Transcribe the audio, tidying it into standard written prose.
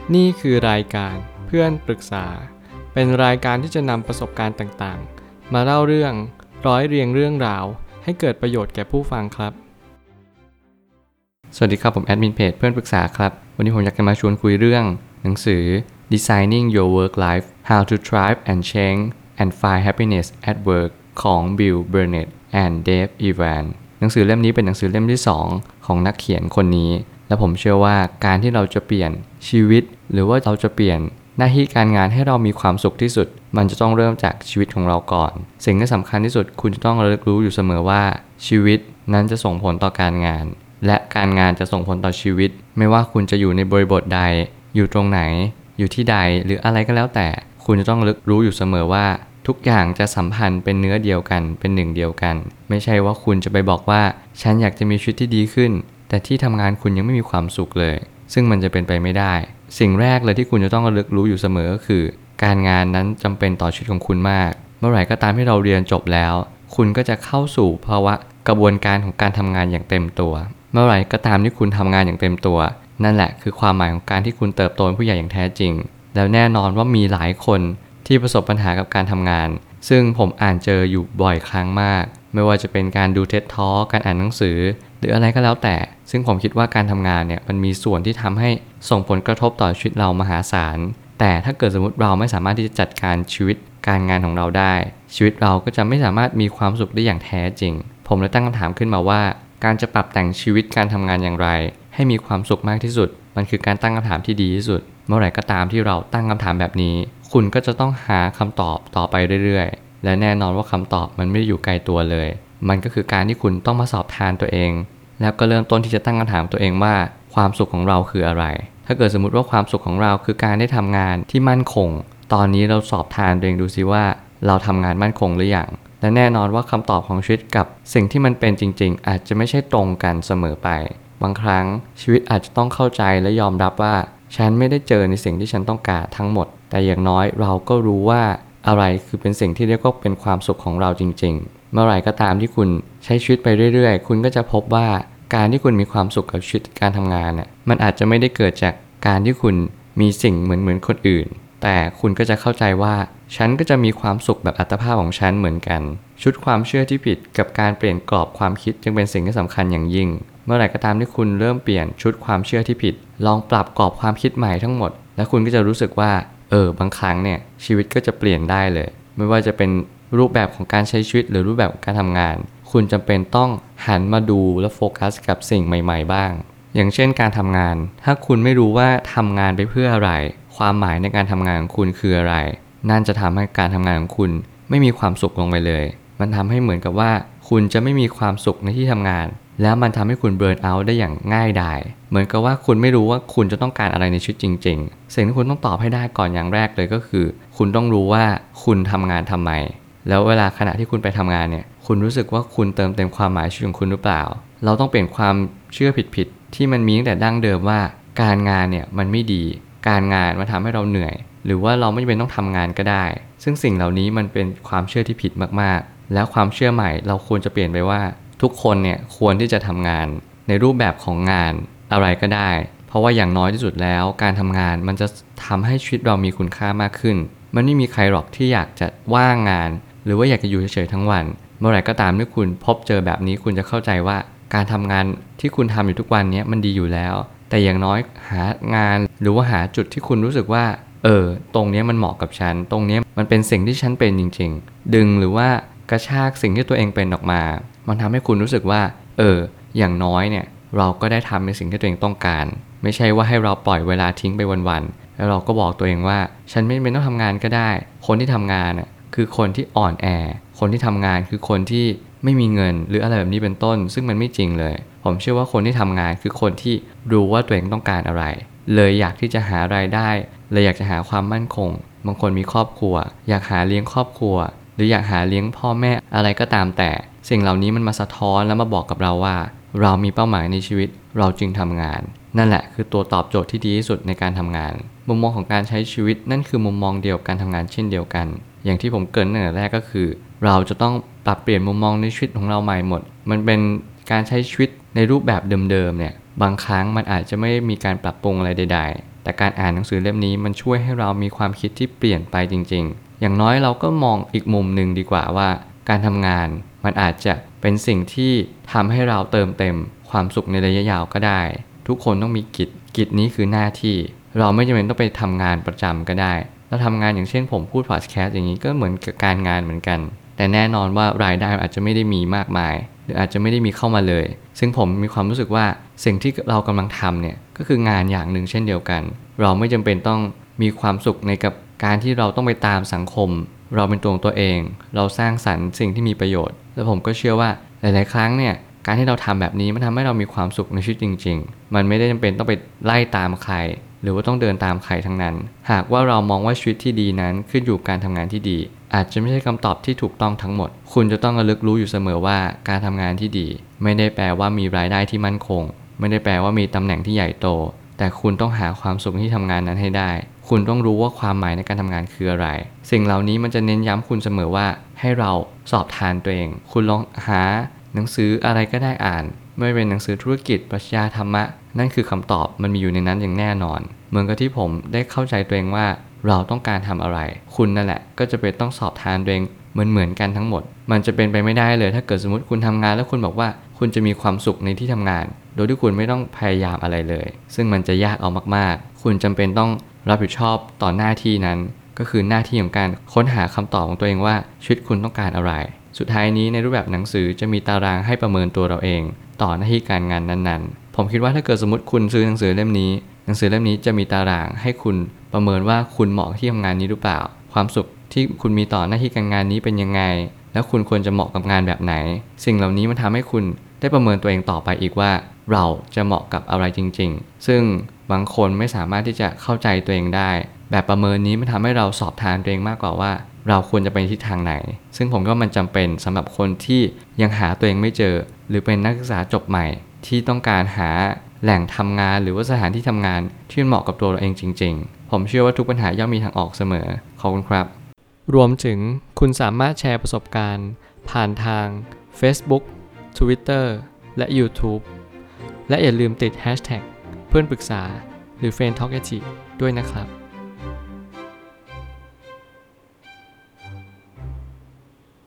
นี่คือรายการเพื่อนปรึกษาเป็นรายการที่จะนำประสบการณ์ต่างๆมาเล่าเรื่องร้อยเรียงเรื่องราวให้เกิดประโยชน์แก่ผู้ฟังครับสวัสดีครับผมแอดมินเพจเพื่อนปรึกษาครับวันนี้ผมอยากจะมาชวนคุยเรื่องหนังสือ Designing Your Work Life How to Thrive and Change and Find Happiness at Work ของ Bill Burnett and Dave Evan หนังสือเล่มนี้เป็นหนังสือเล่มที่2ของนักเขียนคนนี้และผมเชื่อว่าการที่เราจะเปลี่ยนชีวิตหรือว่าเราจะเปลี่ยนหน้าที่การงานให้เรามีความสุขที่สุดมันจะต้องเริ่มจากชีวิตของเราก่อนสิ่งที่สำคัญที่สุดคุณจะต้องระลึกรู้อยู่เสมอว่าชีวิตนั้นจะส่งผลต่อการงานและการงานจะส่งผลต่อชีวิตไม่ว่าคุณจะอยู่ในบริบทใดอยู่ตรงไหนอยู่ที่ใดหรืออะไรก็แล้วแต่คุณจะต้องระลึกรู้อยู่เสมอว่าทุกอย่างจะสัมพันธ์เป็นเนื้อเดียวกันเป็นหนึ่งเดียวกันไม่ใช่ว่าคุณจะไปบอกว่าฉันอยากจะมีชีวิตที่ดีขึ้นแต่ที่ทำงานคุณยังไม่มีความสุขเลยซึ่งมันจะเป็นไปไม่ได้สิ่งแรกเลยที่คุณจะต้องระลึกรู้อยู่เสมอก็คือการงานนั้นจำเป็นต่อชีวิตของคุณมากเมื่อไหร่ก็ตามที่เราเรียนจบแล้วคุณก็จะเข้าสู่ภาวะกระบวนการของการทำงานอย่างเต็มตัวเมื่อไหร่ก็ตามที่คุณทำงานอย่างเต็มตัวนั่นแหละคือความหมายของการที่คุณเติบโตเป็นผู้ใหญ่อย่างแท้จริงแล้วแน่นอนว่ามีหลายคนที่ประสบปัญหากับการทำงานซึ่งผมอ่านเจออยู่บ่อยครั้งมากไม่ว่าจะเป็นการดู TED Talk การอ่านหนังสือหรืออะไรก็แล้วแต่ซึ่งผมคิดว่าการทำงานเนี่ยมันมีส่วนที่ทำให้ส่งผลกระทบต่อชีวิตเรามหาศาลแต่ถ้าเกิดสมมติเราไม่สามารถที่จะจัดการชีวิตการงานของเราได้ชีวิตเราก็จะไม่สามารถมีความสุขได้อย่างแท้จริงผมเลยตั้งคำถามขึ้นมาว่าการจะปรับแต่งชีวิตการทำงานอย่างไรให้มีความสุขมากที่สุดมันคือการตั้งคำถามที่ดีที่สุดเมื่อไหร่ก็ตามที่เราตั้งคำถามแบบนี้คุณก็จะต้องหาคำตอบต่อไปเรื่อยๆและแน่นอนว่าคำตอบมันไม่ได้อยู่ไกลตัวเลยมันก็คือการที่คุณต้องมาสอบทานตัวเองแล้วก็เริ่มต้นที่จะตั้งคำถามตัวเองว่าความสุขของเราคืออะไรถ้าเกิดสมมุติว่าความสุขของเราคือการได้ทำงานที่มั่นคงตอนนี้เราสอบทานตัวเองดูซิว่าเราทำงานมั่นคงหรือยังและแน่นอนว่าคำตอบของชีวิตกับสิ่งที่มันเป็นจริงๆอาจจะไม่ใช่ตรงกันเสมอไปบางครั้งชีวิตอาจจะต้องเข้าใจและยอมรับว่าฉันไม่ได้เจอในสิ่งที่ฉันต้องการทั้งหมดแต่อย่างน้อยเราก็รู้ว่าอะไรคือเป็นสิ่งที่เรียกว่าเป็นความสุขของเราจริงๆเมื่อไหร่ก็ตามที่คุณใช้ชีวิตไปเรื่อยๆคุณก็จะพบว่าการที่คุณมีความสุขกับชีวิตการทำงานน่ะมันอาจจะไม่ได้เกิดจากการที่คุณมีสิ่งเหมือนคนอื่นแต่คุณก็จะเข้าใจว่าฉันก็จะมีความสุขแบบอัตภาพของฉันเหมือนกันชุดความเชื่อที่ผิดกับการเปลี่ยนกรอบความคิดจึงเป็นสิ่งที่สำคัญอย่างยิ่งเมื่อไหร่ก็ตามที่คุณเริ่มเปลี่ยนชุดความเชื่อที่ผิดลองปรับกรอบความคิดใหม่ทั้งหมดและคุณก็จะรู้สึกว่าบางครั้งเนี่ยชีวิตก็จะเปลี่ยนได้เลยไม่ว่าจะเป็นรูปแบบของการใช้ชีวิตหรือรูปแบบของการทำงานคุณจำเป็นต้องหันมาดูและโฟกัสกับสิ่งใหม่ๆบ้างอย่างเช่นการทำงานถ้าคุณไม่รู้ว่าทำงานไปเพื่ออะไรความหมายในการทำงานของคุณคืออะไรนั่นจะทำให้การทำงานของคุณไม่มีความสุขลงไปเลยมันทำให้เหมือนกับว่าคุณจะไม่มีความสุขในที่ทำงานแล้วมันทำให้คุณเบิร์นเอาท์ได้อย่างง่ายดายเหมือนกับว่าคุณไม่รู้ว่าคุณจะต้องการอะไรในชีวิตจริงๆสิ่งที่คุณต้องตอบให้ได้ก่อนอย่างแรกเลยก็คือคุณต้องรู้ว่าคุณทำงานทำไมแล้วเวลาขณะที่คุณไปทำงานเนี่ยคุณรู้สึกว่าคุณเติมเต็มความหมายชีวิตของคุณหรือเปล่าเราต้องเปลี่ยนความเชื่อผิดๆที่มันมีตั้งแต่ดั้งเดิมว่าการงานเนี่ยมันไม่ดีการงานมันทำให้เราเหนื่อยหรือว่าเราไม่จำเป็นต้องทำงานก็ได้ซึ่งสิ่งเหล่านี้มันเป็นความเชื่อที่ผิดมากๆแล้วความเชื่อใหม่เราควรจะเปลี่ยนไปว่าทุกคนเนี่ยควรที่จะทำงานในรูปแบบของงานอะไรก็ได้เพราะว่าอย่างน้อยที่สุดแล้วการทำงานมันจะทำให้ชีวิตเรามีคุณค่ามากขึ้นมันไม่มีใครหรอกที่อยากจะว่างงานหรือว่าอยากจะอยู่เฉยๆทั้งวันเมื่อไหร่ก็ตามที่คุณพบเจอแบบนี้คุณจะเข้าใจว่าการทำงานที่คุณทำอยู่ทุกวันนี้มันดีอยู่แล้วแต่อย่างน้อยหางานหรือว่าหาจุดที่คุณรู้สึกว่าตรงนี้มันเหมาะกับฉันตรงนี้มันเป็นสิ่งที่ฉันเป็นจริงๆดึงหรือว่ากระชากสิ่งที่ตัวเองเป็นออกมามันทำให้คุณรู้สึกว่าอย่างน้อยเนี่ยเราก็ได้ทำในสิ่งที่ตัวเองต้องการไม่ใช่ว่าให้เราปล่อยเวลาทิ้งไปวันๆแล้วเราก็บอกตัวเองว่าฉันไม่ต้องทำงานก็ได้คนที่ทำงานน่ะคือคนที่อ่อนแอคนที่ทำงานคือคนที่ไม่มีเงินหรืออะไรแบบนี้เป็นต้นซึ่งมันไม่จริงเลยผมเชื่อว่าคนที่ทำงานคือคนที่รู้ว่าตัวเองต้องการอะไรเลยอยากที่จะหารายได้เลยอยากจะหาความมั่นคงบางคนมีครอบครัวอยากหาเลี้ยงครอบครัวหรืออยากหาเลี้ยงพ่อแม่อะไรก็ตามแต่สิ่งเหล่านี้มันมาสะท้อนแล้วมาบอกกับเราว่าเรามีเป้าหมายในชีวิตเราจึงทำงานนั่นแหละคือตัวตอบโจทย์ที่ดีที่สุดในการทำงานมุมมองของการใช้ชีวิตนั่นคือมุมมองเดียวกันทำงานเช่นเดียวกันอย่างที่ผมเกริ่นตั้งแต่แรกก็คือเราจะต้องปรับเปลี่ยนมุมมองในชีวิตของเราใหม่หมดมันเป็นการใช้ชีวิตในรูปแบบเดิมๆเนี่ยบางครั้งมันอาจจะไม่มีการปรับปรุงอะไรใดๆแต่การอ่านหนังสือเล่มนี้มันช่วยให้เรามีความคิดที่เปลี่ยนไปจริงๆอย่างน้อยเราก็มองอีกมุมหนึ่งดีกว่าว่าการทำงานมันอาจจะเป็นสิ่งที่ทำให้เราเติมเต็มความสุขในระยะยาวก็ได้ทุกคนต้องมีกิจนี้คือหน้าที่เราไม่จำเป็นต้องไปทำงานประจำก็ได้เราทำงานอย่างเช่นผมพูดพอดแคสต์อย่างนี้ก็เหมือนกับการงานเหมือนกันแต่แน่นอนว่ารายได้อาจจะไม่ได้มีมากมายหรืออาจจะไม่ได้มีเข้ามาเลยซึ่งผมมีความรู้สึกว่าสิ่งที่เรากำลังทำเนี่ยก็คืองานอย่างหนึ่งเช่นเดียวกันเราไม่จำเป็นต้องมีความสุขในกับการที่เราต้องไปตามสังคมเราเป็นตัวเองเราสร้างสรรค์สิ่งที่มีประโยชน์และผมก็เชื่อว่าหลายๆครั้งเนี่ยการที่เราทำแบบนี้มันทำให้เรามีความสุขในชีวิตจริงๆมันไม่ได้จำเป็นต้องไปไล่ตามใครหรือว่าต้องเดินตามใครทั้งนั้นหากว่าเรามองว่าชีวิตที่ดีนั้นขึ้นอยู่กับการทำงานที่ดีอาจจะไม่ใช่คำตอบที่ถูกต้องทั้งหมดคุณจะต้องระลึกรู้อยู่เสมอว่าการทำงานที่ดีไม่ได้แปลว่ามีรายได้ที่มั่นคงไม่ได้แปลว่ามีตำแหน่งที่ใหญ่โตแต่คุณต้องหาความสุขที่ทำงานนั้นให้ได้คุณต้องรู้ว่าความหมายในการทำงานคืออะไรสิ่งเหล่านี้มันจะเน้นย้ำคุณเสมอว่าให้เราสอบทานตัวเองคุณลองหาหนังสืออะไรก็ได้อ่านไม่เป็นหนังสือธุรกิจปรัชญาธรรมะนั่นคือคำตอบมันมีอยู่ในนั้นอย่างแน่นอนเหมือนกับที่ผมได้เข้าใจตัวเองว่าเราต้องการทำอะไรคุณนั่นแหละก็จะเป็นต้องสอบทานตัวเองเหมือนกันทั้งหมดมันจะเป็นไปไม่ได้เลยถ้าเกิดสมมติคุณทำงานแล้วคุณบอกว่าคุณจะมีความสุขในที่ทำงานโดยที่คุณไม่ต้องพยายามอะไรเลยซึ่งมันจะยากเอามากๆคุณจำเป็นต้องรับผิดชอบต่อหน้าที่นั้นก็คือหน้าที่ของการค้นหาคำตอบของตัวเองว่าชีวิตคุณต้องการอะไรสุดท้ายนี้ในรูปแบบหนังสือจะมีตารางให้ประเมินตัวเราเองต่อหน้าที่การงานนั้นๆผมคิดว่าถ้าเกิดสมมติคุณซื้อหนังสือเล่มนี้หนังสือเล่มนี้จะมีตารางให้คุณประเมินว่าคุณเหมาะที่ทำงานนี้หรือเปล่าความสุขที่คุณมีต่อหน้าที่การงานนี้เป็นยังไงแล้วคุณควรจะเหมาะกับงานแบบไหนสิ่งเหล่านี้มันทำให้คุณได้ประเมินตัวเองต่อไปอีกว่าเราจะเหมาะกับอะไรจริงๆซึ่งบางคนไม่สามารถที่จะเข้าใจตัวเองได้แบบประเมินนี้มันทำให้เราสอบทานตัวเองมากกว่าว่าเราควรจะไปทิศทางไหนซึ่งผมก็มันจำเป็นสำหรับคนที่ยังหาตัวเองไม่เจอหรือเป็นนักศึกษาจบใหม่ที่ต้องการหาแหล่งทำงานหรือว่าสถานที่ทำงานที่เหมาะกับตัวเราเองจริงๆผมเชื่อว่าทุกปัญหาย่อมมีทางออกเสมอขอบคุณครับรวมถึงคุณสามารถแชร์ประสบการณ์ผ่านทาง Facebook Twitter และ YouTube และอย่าลืมติด Hashtag เพื่อนปรึกษาหรือ Friend Talkative ด้วยนะครับ